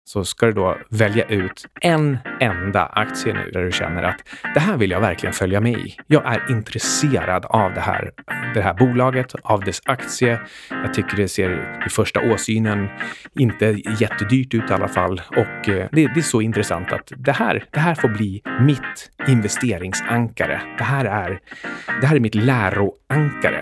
så ska du då välja ut en enda aktie nu där du känner att det här vill jag verkligen följa med i. Jag är intresserad av det här bolaget, av dess aktie. Jag tycker det ser i första åsynen inte jättedyrt ut i alla fall. Och det är så intressant att det här får bli mitt investeringsankare. Det här är mitt läroankare.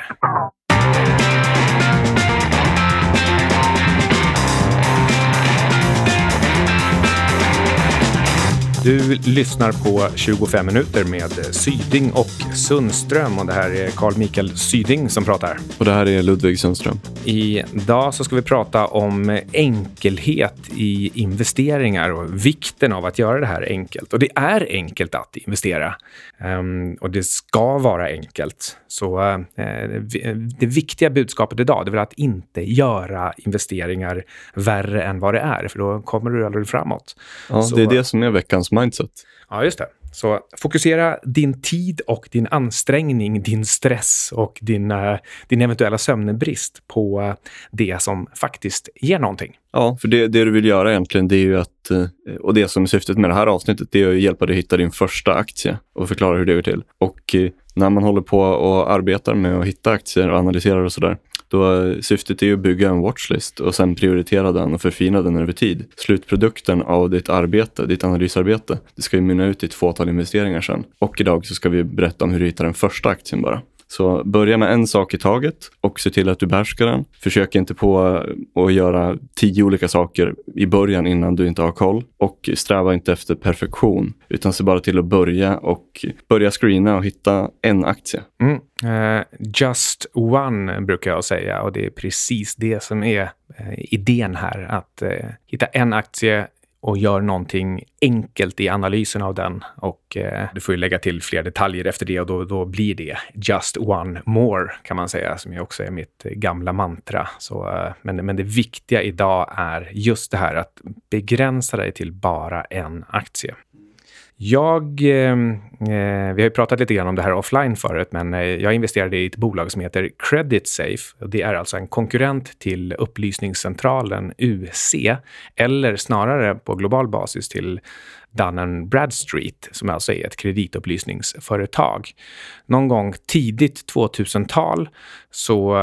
Du lyssnar på 25 minuter med Syding och Sundström och det här är Carl Mikael Syding som pratar. Och det här är Ludvig Sundström. Idag så ska vi prata om enkelhet i investeringar och vikten av att göra det här enkelt. Och det är enkelt att investera och det ska vara enkelt. Så det viktiga budskapet idag det är väl att inte göra investeringar värre än vad det är. För då kommer du aldrig framåt. Ja, det är det som är veckans mindset. Ja, just det. Så fokusera din tid och din ansträngning, din stress och din eventuella sömnbrist på det som faktiskt ger någonting. Ja, för det du vill göra egentligen det är ju att, och det som är syftet med det här avsnittet det är att hjälpa dig att hitta din första aktie och förklara hur det går till. Och när man håller på och arbetar med att hitta aktier och analyserar och sådär, då syftet är ju att bygga en watchlist och sen prioritera den och förfina den över tid. Slutprodukten av ditt arbete, ditt analysarbete, det ska ju mynna ut i ett fåtal investeringar sen. Och idag så ska vi berätta om hur du hittar den första aktien bara. Så börja med en sak i taget och se till att du behärskar den. Försök inte på att göra 10 olika saker i början innan du inte har koll. Och sträva inte efter perfektion utan se bara till att börja screena och hitta en aktie. Just one brukar jag säga och det är precis det som är idén här. Att hitta en aktie och gör någonting enkelt i analysen av den och du får ju lägga till fler detaljer efter det och då blir det just one more kan man säga som ju också är mitt gamla mantra. Så, men det viktiga idag är just det här att begränsa dig till bara en aktie. Vi har ju pratat lite grann om det här offline förut men jag investerade i ett bolag som heter CreditSafe. Det är alltså en konkurrent till upplysningscentralen UC eller snarare på global basis till Dun & Bradstreet som alltså är ett kreditupplysningsföretag. Någon gång tidigt 2000-tal så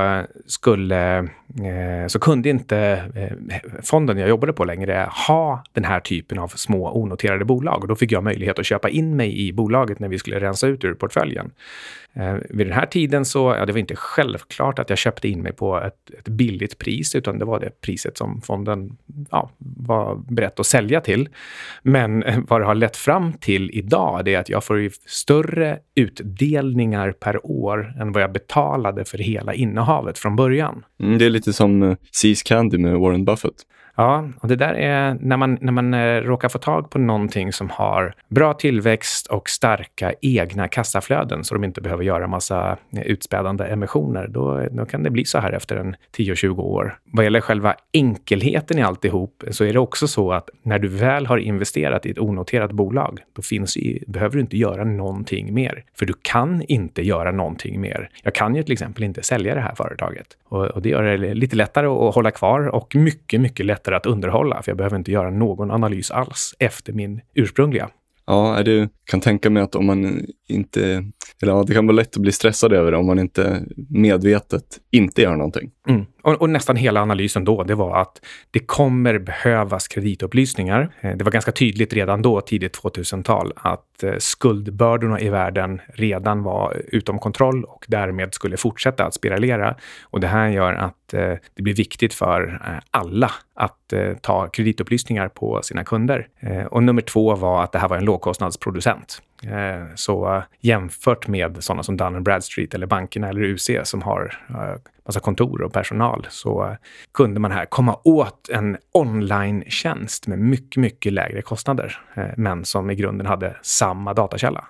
kunde inte fonden jag jobbade på längre ha den här typen av små onoterade bolag och då fick jag möjlighet att köpa in mig i bolaget när vi skulle rensa ut ur portföljen. Vid den här tiden så, det var inte självklart att jag köpte in mig på ett billigt pris utan det var det priset som fonden var beredd att sälja till. Men vad det har lett fram till idag det är att jag får större utdelningar per år än vad jag betalade för hela innehavet från början. Det är lite som See's Candy med Warren Buffett. Ja, och det där är när man råkar få tag på någonting som har bra tillväxt och starka egna kassaflöden så de inte behöver göra massa utspädande emissioner. Då kan det bli så här efter en 10-20 år. Vad gäller själva enkelheten i alltihop så är det också så att när du väl har investerat i ett onoterat bolag då behöver du inte göra någonting mer. För du kan inte göra någonting mer. Jag kan ju till exempel inte sälja det här företaget. Och det gör det lite lättare att hålla kvar och mycket, mycket lättare att underhålla för jag behöver inte göra någon analys alls efter min ursprungliga. Ja, du kan tänka mig att om man inte, det kan vara lätt att bli stressad över det om man inte medvetet inte gör någonting. Och nästan hela analysen då, det var att det kommer behövas kreditupplysningar. Det var ganska tydligt redan då, tidigt 2000-tal, att skuldbördorna i världen redan var utom kontroll och därmed skulle fortsätta att spiralera. Och det här gör att det blir viktigt för alla att ta kreditupplysningar på sina kunder. Och nummer 2 var att det här var en lågkostnadsproducent. Så jämfört med sådana som Dun & Bradstreet eller bankerna eller UC som har massa kontor och personal så kunde man här komma åt en online-tjänst med mycket, mycket lägre kostnader men som i grunden hade samma datakälla.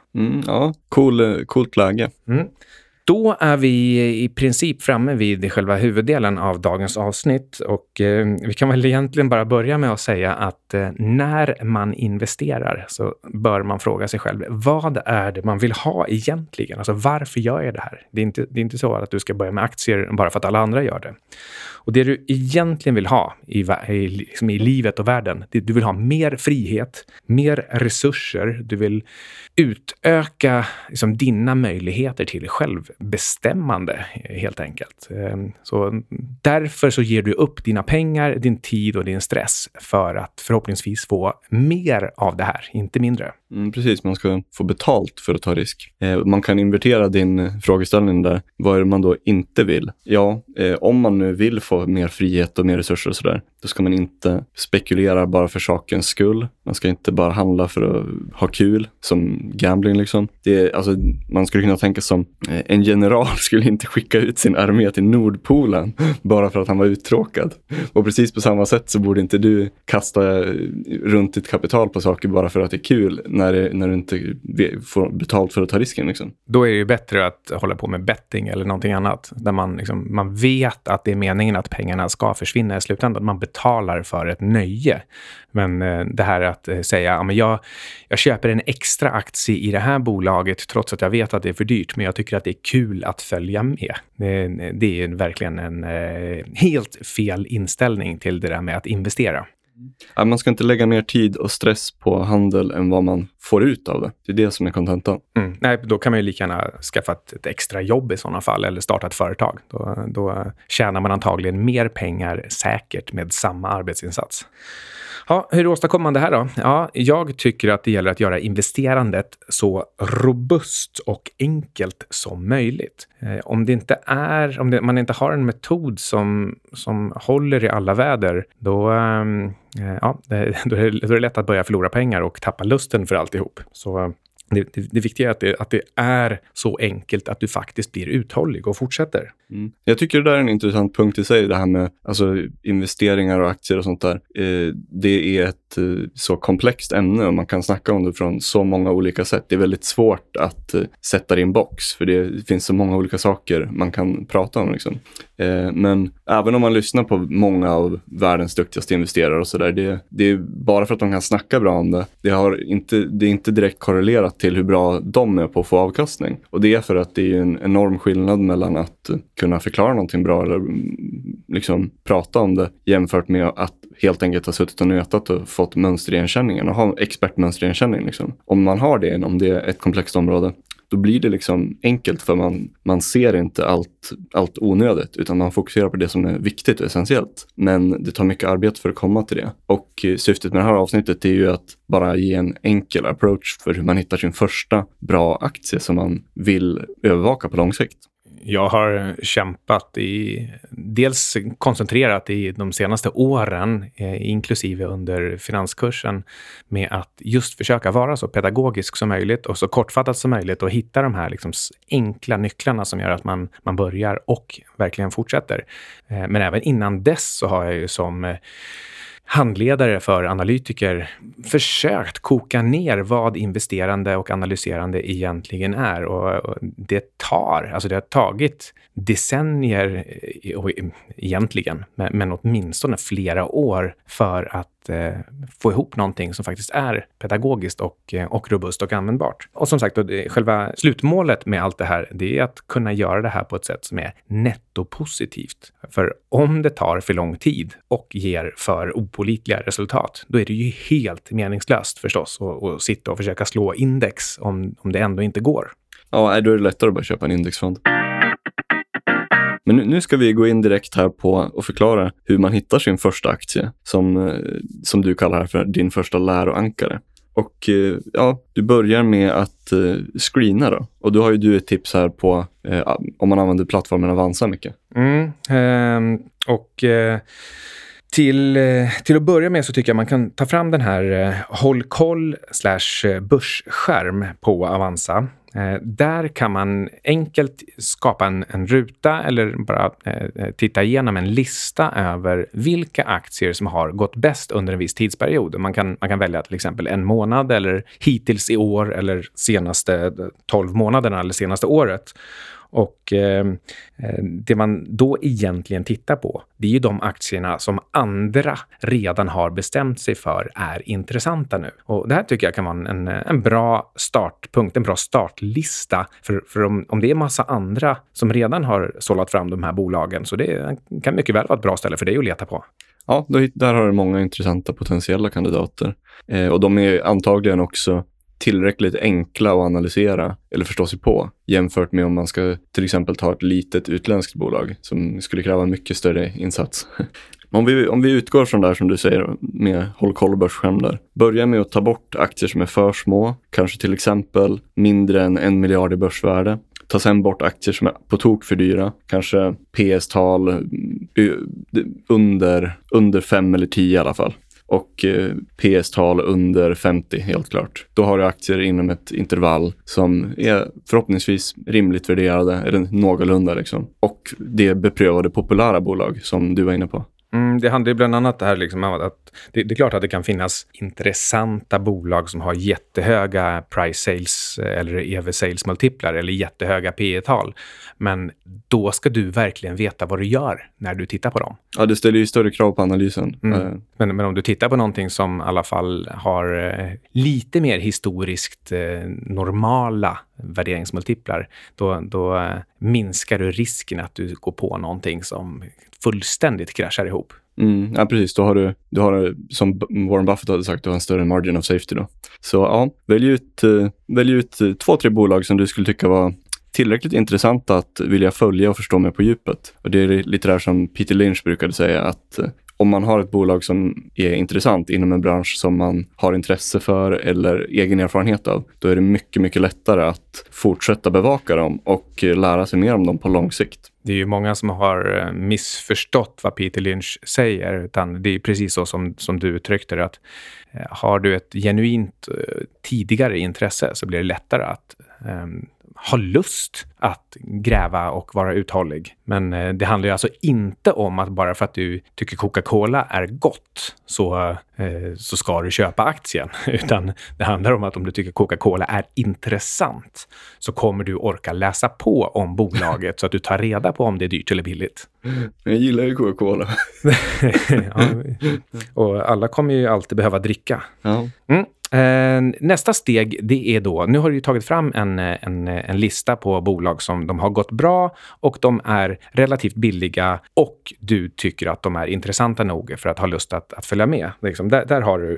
Coolt läge. Då är vi i princip framme vid själva huvuddelen av dagens avsnitt och vi kan väl egentligen bara börja med att säga att när man investerar så bör man fråga sig själv, vad är det man vill ha egentligen? Alltså varför gör jag det här? Det är inte så att du ska börja med aktier bara för att alla andra gör det. Och det du egentligen vill ha i livet och världen, du vill ha mer frihet, mer resurser, du vill utöka liksom, dina möjligheter till självbestämmande helt enkelt. Så därför så ger du upp dina pengar, din tid och din stress för att förhoppningsvis få mer av det här, inte mindre. Precis, man ska få betalt för att ta risk. Man kan invertera din frågeställning där. Vad är det man då inte vill? Ja, om man nu vill få mer frihet och mer resurser och sådär, då ska man inte spekulera bara för sakens skull. Man ska inte bara handla för att ha kul, som gambling liksom. Alltså, man skulle kunna tänka som en general skulle inte skicka ut sin armé till Nordpolen bara för att han var uttråkad. Och precis på samma sätt så borde inte du kasta runt ditt kapital på saker bara för att det är kul när du inte får betalt för att ta risken liksom. Då är det ju bättre att hålla på med betting eller någonting annat där man vet att det är meningen att pengarna ska försvinna i slutändan. Man betalar för ett nöje. Men det här att säga men jag köper en extra aktie i det här bolaget trots att jag vet att det är för dyrt, men jag tycker att det är kul att följa med. Det är verkligen en helt fel inställning till det där med att investera. Ja, man ska inte lägga mer tid och stress på handel än vad man får ut av det. Det är det som är kontentan. Nej, då kan man ju lika gärna skaffa ett extra jobb i sådana fall eller starta ett företag. Då tjänar man antagligen mer pengar säkert med samma arbetsinsats. Ja, hur åstadkommer man det här då? Ja, jag tycker att det gäller att göra investerandet så robust och enkelt som möjligt. Om man inte har en metod som håller i alla väder, då är det lätt att börja förlora pengar och tappa lusten för alltihop. Så det viktiga är att det är så enkelt att du faktiskt blir uthållig och fortsätter. Jag tycker det där är en intressant punkt i sig, det här med alltså, investeringar och aktier och sånt där. Det är ett så komplext ämne och man kan snacka om det från så många olika sätt. Det är väldigt svårt att sätta det i en box, för det finns så många olika saker man kan prata om liksom. Men även om man lyssnar på många av världens duktigaste investerare och sådär, det är bara för att de kan snacka bra om det. Det är inte direkt korrelerat till hur bra de är på att få avkastning. Och det är för att det är en enorm skillnad mellan att kunna förklara någonting bra eller liksom prata om det jämfört med att helt enkelt ha suttit och nötat och fått mönsterigenkänningen och ha expertmönsterigenkänning liksom. Om man har det, om det är ett komplext område, då blir det liksom enkelt, för man ser inte allt onödigt, utan man fokuserar på det som är viktigt och essentiellt. Men det tar mycket arbete för att komma till det. Och syftet med det här avsnittet är ju att bara ge en enkel approach för hur man hittar sin första bra aktie som man vill övervaka på lång sikt. Jag har kämpat dels koncentrerat i de senaste åren, inklusive under finanskursen, med att just försöka vara så pedagogisk som möjligt och så kortfattat som möjligt och hitta de här liksom enkla nycklarna som gör att man börjar och verkligen fortsätter. Men även innan dess så har jag ju som handledare för analytiker försökt koka ner vad investerande och analyserande egentligen är, och det har tagit decennier egentligen, men åtminstone flera år för att få ihop någonting som faktiskt är pedagogiskt och robust och användbart. Och som sagt, själva slutmålet med allt det här, det är att kunna göra det här på ett sätt som är nettopositivt. För om det tar för lång tid och ger för opålitliga resultat, då är det ju helt meningslöst förstås att sitta och försöka slå index om det ändå inte går. Ja, då är det lättare att bara köpa en indexfond. Men nu ska vi gå in direkt här på och förklara hur man hittar sin första aktie, som du kallar här för din första läroankare. Och du börjar med att screena då. Och då har ju du ett tips här på om man använder plattformen Avanza mycket. Till att börja med så tycker jag man kan ta fram den här håll koll/börsskärm på Avanza. Där kan man enkelt skapa en ruta eller bara titta igenom en lista över vilka aktier som har gått bäst under en viss tidsperiod. Man kan välja till exempel en månad eller hittills i år eller senaste 12 månaderna eller senaste året. Och det man då egentligen tittar på, det är ju de aktierna som andra redan har bestämt sig för är intressanta nu. Och det här tycker jag kan vara en bra startpunkt, en bra startlista. För om det är massa andra som redan har sållat fram de här bolagen, så det kan mycket väl vara ett bra ställe för dig att leta på. Ja, där har du många intressanta potentiella kandidater. Och de är antagligen också tillräckligt enkla att analysera eller förstå sig på jämfört med om man ska till exempel ta ett litet utländskt bolag som skulle kräva mycket större insats. Om vi utgår från där som du säger med håll koll börsskärm där. Börja med att ta bort aktier som är för små, kanske till exempel mindre än 1 miljard i börsvärde. Ta sen bort aktier som är på tok för dyra, kanske PS-tal under 5 eller 10 i alla fall. Och PS-tal under 50 helt klart. Då har du aktier inom ett intervall som är förhoppningsvis rimligt värderade, eller någorlunda liksom. Och det är beprövade populära bolag som du var inne på. Det handlar ju bland annat det här liksom att det är klart att det kan finnas intressanta bolag som har jättehöga price sales eller EV sales multiplar eller jättehöga P/E-tal. Men då ska du verkligen veta vad du gör när du tittar på dem. Ja, det ställer ju större krav på analysen. Men om du tittar på någonting som i alla fall har lite mer historiskt normala värderingsmultiplar, då minskar du risken att du går på någonting som fullständigt kraschar ihop. Ja, precis. Då har du, som Warren Buffett hade sagt, du har en större margin of safety då. Så ja, välj ut 2-3 bolag som du skulle tycka var tillräckligt intressanta att vilja följa och förstå med på djupet. Och det är lite där som Peter Lynch brukade säga, att om man har ett bolag som är intressant inom en bransch som man har intresse för eller egen erfarenhet av, då är det mycket, mycket lättare att fortsätta bevaka dem och lära sig mer om dem på lång sikt. Det är ju många som har missförstått vad Peter Lynch säger, utan det är precis så som du uttryckte det, att har du ett genuint tidigare intresse så blir det lättare att ha lust att gräva och vara uthållig. Men det handlar ju alltså inte om att bara för att du tycker Coca-Cola är gott så ska du köpa aktien. Utan det handlar om att om du tycker Coca-Cola är intressant så kommer du orka läsa på om bolaget så att du tar reda på om det är dyrt eller billigt. Jag gillar ju Coca-Cola. Ja, och alla kommer ju alltid behöva dricka. Ja. Nästa steg, det är då, nu har du ju tagit fram en lista på bolag som de har gått bra och de är relativt billiga och du tycker att de är intressanta nog för att ha lust att följa med. Liksom, där har du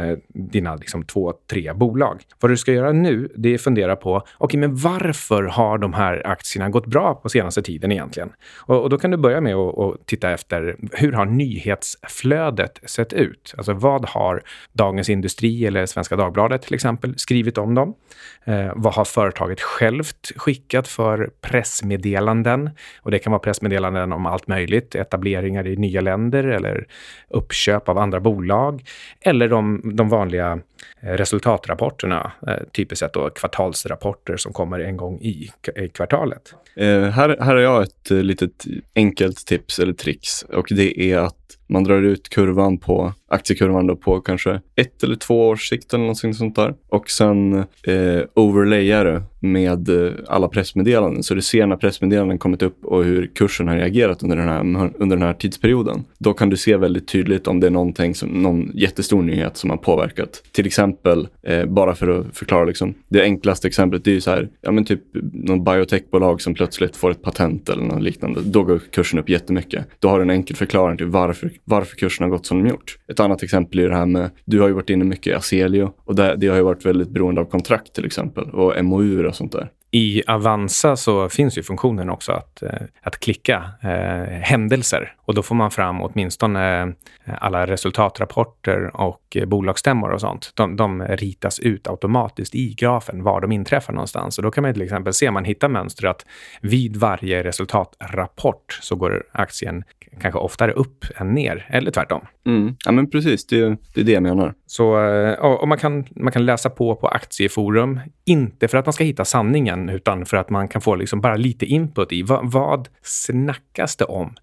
dina 2-3 bolag. Vad du ska göra nu, det är fundera på, okej, men varför har de här aktierna gått bra på senaste tiden egentligen? Och då kan du börja med att titta efter, hur har nyhetsflödet sett ut? Alltså vad har Dagens Industri eller Svenska Dagbladet till exempel skrivit om dem? Vad har företaget självt skickat för pressmeddelanden? Och det kan vara pressmeddelanden om allt möjligt. Etableringar i nya länder eller uppköp av andra bolag. Eller de vanliga resultatrapporterna. Typiskt sett då kvartalsrapporter som kommer en gång i kvartalet. Här har jag ett litet enkelt tips eller tricks. Och det är att man drar ut aktiekurvan då på kanske 1 eller 2 års sikt eller någonting sånt där. Och sen overlayar det med alla pressmeddelanden. Så du ser när pressmeddelanden kommit upp och hur kursen har reagerat under den här tidsperioden. Då kan du se väldigt tydligt om det är någon jättestor nyhet som har påverkat. Till exempel, bara för att förklara liksom, det enklaste exemplet, det är ju så här, ja men typ någon biotechbolag som plötsligt får ett patent eller något liknande. Då går kursen upp jättemycket. Då har du en enkel förklaring till varför kursen har gått som de gjort. Ett annat exempel är det här med, du har ju varit inne mycket i Aselio och det har ju varit väldigt beroende av kontrakt till exempel och MOU och sånt där. I Avanza så finns ju funktionen också att klicka händelser och då får man fram åtminstone alla resultatrapporter och bolagsstämmor och sånt. De ritas ut automatiskt i grafen var de inträffar någonstans och då kan man till exempel se, man hittar mönster att vid varje resultatrapport så går aktien kanske oftare upp än ner eller tvärtom. Ja men precis, det är det jag menar. Så och man kan läsa på aktieforum, inte för att man ska hitta sanningen aktien utan för att man kan få liksom bara lite input i vad snackas det om.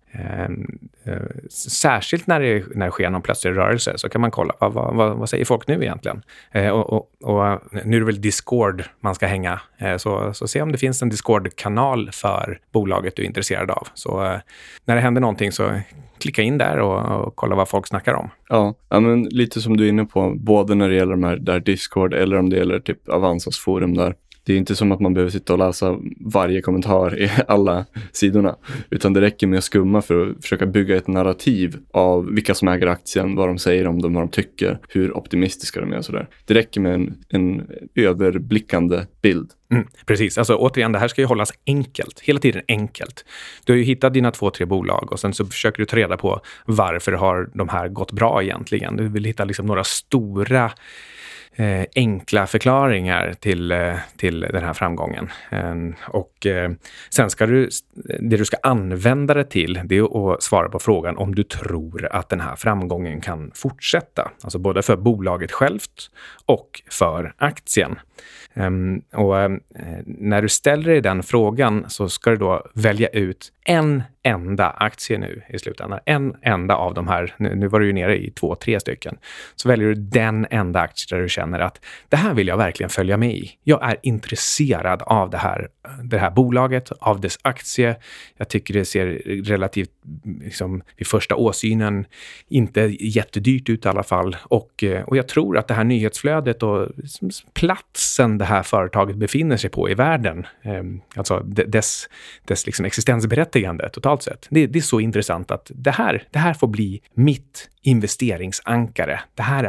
Särskilt när det sker någon plötslig rörelse så kan man kolla vad säger folk nu egentligen. Och nu är det väl Discord man ska hänga. Så se om det finns en Discord-kanal för bolaget du är intresserad av. Så när det händer någonting så klicka in där och kolla vad folk snackar om. Ja, men lite som du är inne på, både när det gäller de här där Discord eller om det gäller typ Avanzas forum där. Det är inte som att man behöver sitta och läsa varje kommentar i alla sidorna. Utan det räcker med att skumma för att försöka bygga ett narrativ av vilka som äger aktien, vad de säger om dem, vad de tycker, hur optimistiska de är och sådär. Det räcker med en överblickande bild. Precis, alltså återigen, det här ska ju hållas enkelt, hela tiden enkelt. Du har ju hittat dina 2-3 bolag och sen så försöker du ta reda på varför har de här gått bra egentligen. Du vill hitta liksom några stora enkla förklaringar till den här framgången. Och sen ska det du ska använda det till, det är att svara på frågan om du tror att den här framgången kan fortsätta. Alltså både för bolaget självt och för aktien. Och när du ställer dig den frågan så ska du då välja ut en enda aktie nu i slutändan. En enda av de här, nu var du ju nere i 2-3 stycken. Så väljer du den enda aktie där du känner att det här vill jag verkligen följa med i. Jag är intresserad av det här bolaget, av dess aktie. Jag tycker det ser relativt, liksom, vid första åsynen inte jättedyrt ut i alla fall. Och jag tror att det här nyhetsflödet och platsen det här företaget befinner sig på i världen, alltså dess liksom existensberättigande totalt sett. Det är så intressant att det här får bli mitt investeringsankare. Det här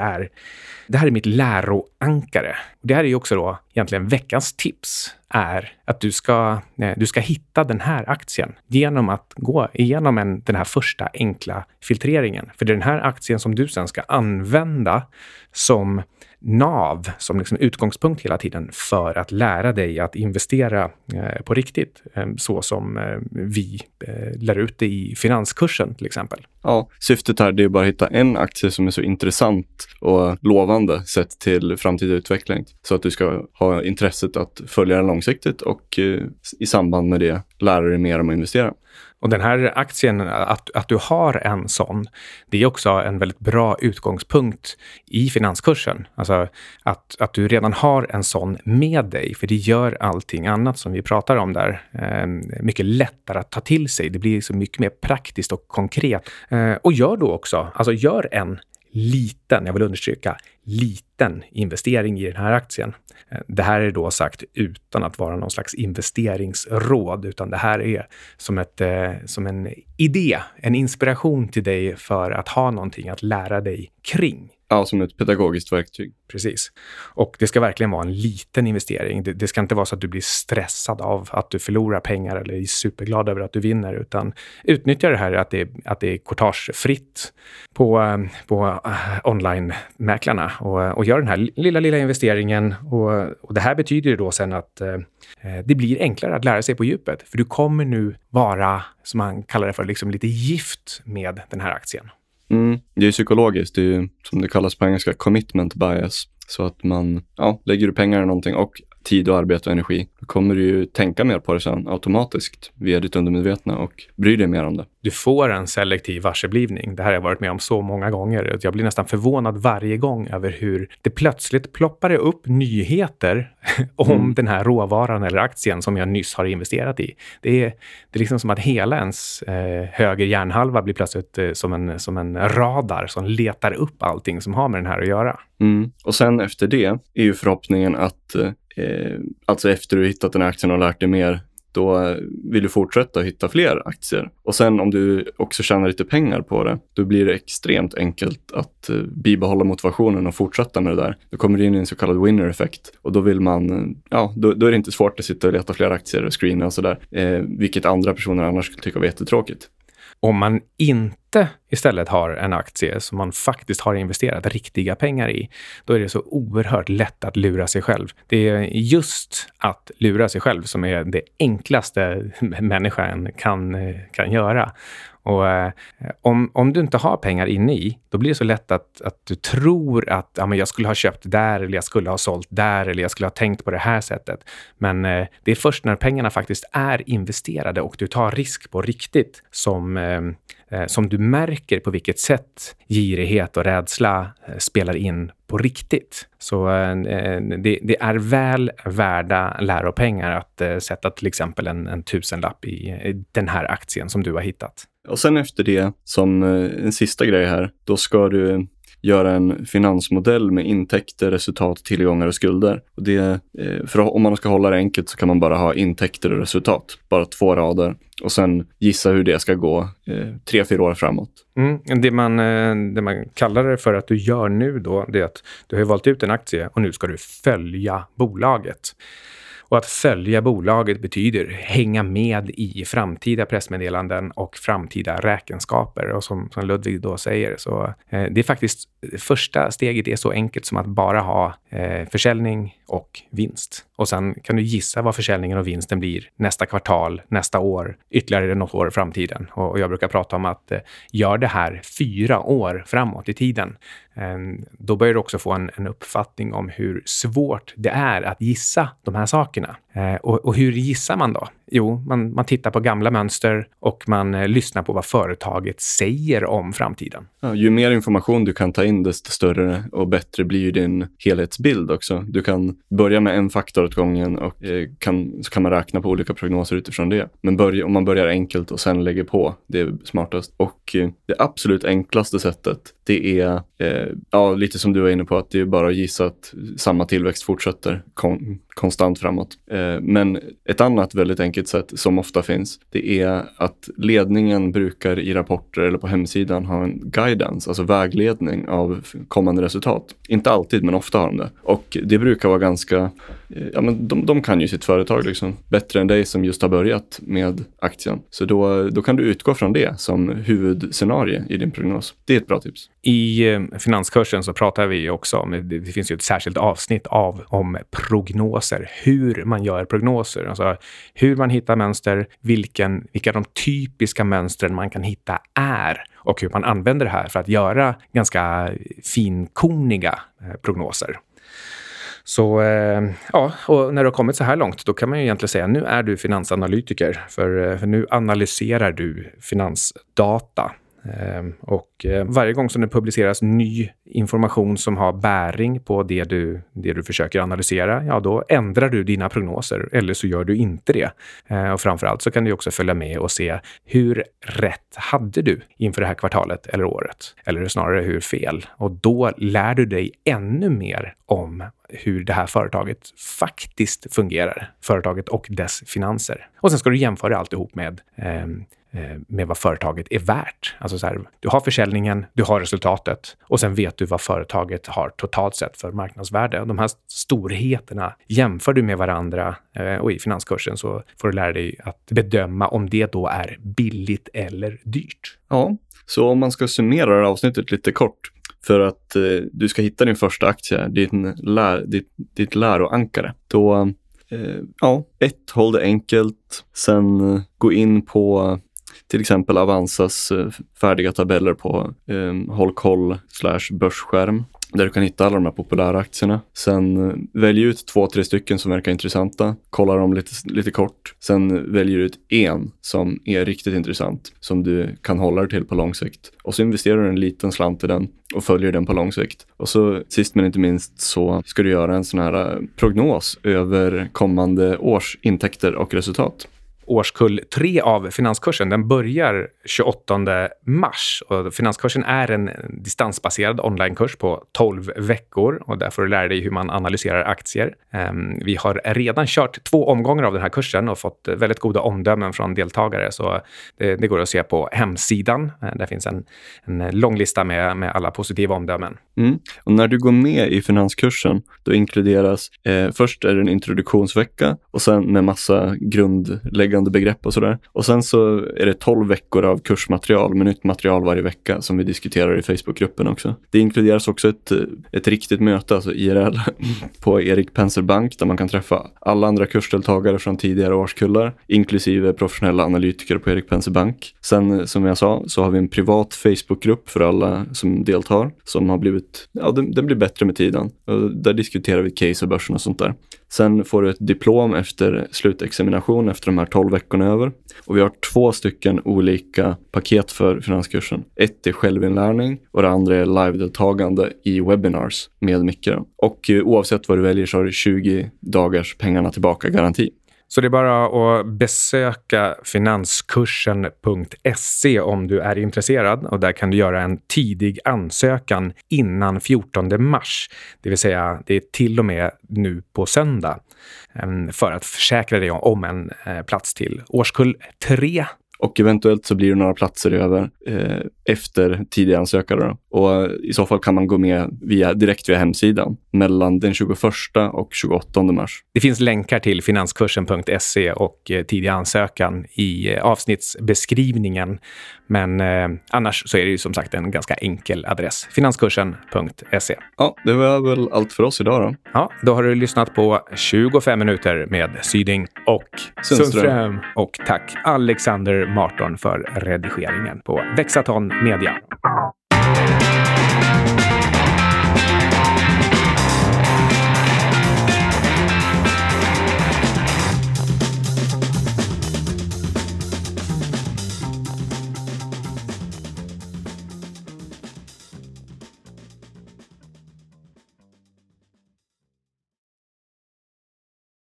är mitt läroankare. Det här är ju också då egentligen veckans tips är att du ska hitta den här aktien genom att gå igenom den här första enkla filtreringen. För det är den här aktien som du sen ska använda som nav, som liksom utgångspunkt hela tiden för att lära dig att investera på riktigt, så som vi lär ut det i finanskursen till exempel. Ja, syftet här är bara att hitta en aktie som är så intressant och lovande sett till framtida utveckling. Så att du ska ha intresset att följa den långsiktigt och i samband med det lära dig mer om att investera. Och den här aktien, att du har en sån, det är också en väldigt bra utgångspunkt i finanskursen. Alltså att du redan har en sån med dig, för det gör allting annat som vi pratar om där mycket lättare att ta till sig. Det blir så mycket mer praktiskt och konkret. Och gör en liten, jag vill understryka, liten investering i den här aktien. Det här är då sagt utan att vara någon slags investeringsråd, utan det här är som en idé, en inspiration till dig för att ha någonting att lära dig kring. Ja, som ett pedagogiskt verktyg. Precis. Och det ska verkligen vara en liten investering. Det ska inte vara så att du blir stressad av att du förlorar pengar eller är superglad över att du vinner, utan utnyttja det här att det är courtagefritt på online-mäklarna och gör den här lilla investeringen. Och det här betyder ju då sen att det blir enklare att lära sig på djupet. För du kommer nu vara, som man kallar det för, liksom lite gift med den här aktien. Det är psykologiskt, det är ju som det kallas på engelska commitment bias. Så att man lägger du pengar i någonting och tid och arbete och energi, då kommer du ju tänka mer på det sen automatiskt via ditt undermedvetna och bry dig mer om det. Du får en selektiv varseblivning. Det här har jag varit med om så många gånger. Jag blir nästan förvånad varje gång över hur det plötsligt ploppar upp nyheter om den här råvaran eller aktien som jag nyss har investerat i. Det är liksom som att hela ens höger hjärnhalva blir plötsligt som en radar som letar upp allting som har med den här att göra. Och sen efter det är ju förhoppningen att alltså efter du hittat den här aktien och lärt dig mer, då vill du fortsätta att hitta fler aktier. Och sen om du också tjänar lite pengar på det, då blir det extremt enkelt att bibehålla motivationen och fortsätta med det där. Då kommer det in i en så kallad winner-effekt. Och då vill man, då är det inte svårt att sitta och leta fler aktier och screena och sådär. Vilket andra personer annars skulle tycka var jättetråkigt. Om man inte istället har en aktie som man faktiskt har investerat riktiga pengar i, då är det så oerhört lätt att lura sig själv. Det är just att lura sig själv som är det enklaste människan kan göra. Och om du inte har pengar inne i, då blir det så lätt att du tror att men jag skulle ha köpt där, eller jag skulle ha sålt där, eller jag skulle ha tänkt på det här sättet. Men det är först när pengarna faktiskt är investerade och du tar risk på riktigt som du märker på vilket sätt girighet och rädsla spelar in på riktigt. Så det är väl värda läropengar att sätta till exempel en tusenlapp i den här aktien som du har hittat. Och sen efter det, som en sista grej här, då ska du göra en finansmodell med intäkter, resultat, tillgångar och skulder. Och för om man ska hålla det enkelt så kan man bara ha intäkter och resultat. Bara 2 rader. Och sen gissa hur det ska gå 3-4 år framåt. Det man kallar det för att du gör nu då, det är att du har valt ut en aktie och nu ska du följa bolaget. Och att följa bolaget betyder hänga med i framtida pressmeddelanden och framtida räkenskaper. Och som Ludvig då säger, så det är faktiskt första steget är så enkelt som att bara ha försäljning och vinst. Och sen kan du gissa vad försäljningen och vinsten blir nästa kvartal, nästa år, ytterligare något år i framtiden. Och jag brukar prata om att gör det här 4 år framåt i tiden. Då börjar du också få en uppfattning om hur svårt det är att gissa de här sakerna. Och hur gissar man då? Jo, man tittar på gamla mönster och man lyssnar på vad företaget säger om framtiden. Ja, ju mer information du kan ta in, desto större och bättre blir ju din helhetsbild också. Du kan börja med en faktor åt gången och så kan man räkna på olika prognoser utifrån det. Men om man börjar enkelt och sen lägger på, det är smartast. Och det absolut enklaste sättet, det är lite som du var inne på, att det är bara att gissa att samma tillväxt fortsätter konstant framåt. Men ett annat väldigt enkelt sätt som ofta finns, det är att ledningen brukar i rapporter eller på hemsidan ha en guidance, alltså vägledning av kommande resultat. Inte alltid, men ofta har de det. Och det brukar vara ganska, de kan ju sitt företag liksom bättre än dig som just har börjat med aktien. Så då kan du utgå från det som huvudscenario i din prognos. Det är ett bra tips. I finanskursen så pratar vi också om, det finns ju ett särskilt avsnitt om prognoser, hur man gör prognoser, alltså hur man hittar mönster, vilka de typiska mönstren man kan hitta är och hur man använder det här för att göra ganska finkorniga prognoser. Så och när du har kommit så här långt, då kan man ju egentligen säga nu är du finansanalytiker, för nu analyserar du finansdata. Och varje gång som det publiceras ny information som har bäring på det du försöker analysera, då ändrar du dina prognoser, eller så gör du inte det. Och framförallt så kan du också följa med och se hur rätt hade du inför det här kvartalet eller året, eller snarare hur fel. Och då lär du dig ännu mer om hur det här företaget faktiskt fungerar, företaget och dess finanser. Och sen ska du jämföra alltihop med vad företaget är värt. Alltså så här, du har försäljningen, du har resultatet och sen vet du vad företaget har totalt sett för marknadsvärde. De här storheterna jämför du med varandra och i finanskursen så får du lära dig att bedöma om det då är billigt eller dyrt. Ja, så om man ska summera det här avsnittet lite kort för att du ska hitta din första aktie, ditt läroankare. Då, 1, håll det enkelt. Sen gå in på till exempel Avanzas färdiga tabeller på håll koll/börsskärm. Där du kan hitta alla de här populära aktierna. Sen välj ut 2-3 stycken som verkar intressanta. Kolla dem lite kort. Sen väljer du ut en som är riktigt intressant. Som du kan hålla dig till på lång sikt. Och så investerar du en liten slant i den. Och följer den på lång sikt. Och så sist men inte minst så ska du göra en sån här prognos över kommande års intäkter och resultat. Årskull 3 av finanskursen, den börjar 28 mars och finanskursen är en distansbaserad onlinekurs på 12 veckor och där får du lära dig hur man analyserar aktier. Vi har redan kört 2 omgångar av den här kursen och fått väldigt goda omdömen från deltagare, så det går att se på hemsidan. Där finns en lång lista med alla positiva omdömen. Och när du går med i finanskursen, då inkluderas först är det en introduktionsvecka och sen med massa grundläggande grundläggande begrepp och sådär. Och sen så är det 12 veckor av kursmaterial med nytt material varje vecka som vi diskuterar i Facebookgruppen också. Det inkluderas också ett riktigt möte, alltså IRL, på Erik Penser Bank där man kan träffa alla andra kursdeltagare från tidigare årskullar, inklusive professionella analytiker på Erik Penser Bank. Sen, som jag sa, så har vi en privat Facebookgrupp för alla som deltar som har blivit, den blir bättre med tiden. Och där diskuterar vi case och börsen och sånt där. Sen får du ett diplom efter slutexamination efter de här 12 veckorna över. Och vi har 2 stycken olika paket för finanskursen. Ett är självinlärning och det andra är live-deltagande i webinars med Micke. Och oavsett vad du väljer så har du 20 dagars pengarna tillbaka-garanti. Så det är bara att besöka finanskursen.se om du är intresserad, och där kan du göra en tidig ansökan innan 14 mars. Det vill säga det är till och med nu på söndag för att försäkra dig om en plats till årskull 3. Och eventuellt så blir det några platser över efter tidiga ansökare. Och i så fall kan man gå med direkt via hemsidan mellan den 21 och 28 mars. Det finns länkar till finanskursen.se och tidiga ansökan i avsnittsbeskrivningen. Men annars så är det ju som sagt en ganska enkel adress. Finanskursen.se. Ja, det var väl allt för oss idag då. Ja, då har du lyssnat på 25 minuter med Syding och Sundström. Och tack Alexander Marton för redigeringen på Vexaton Media.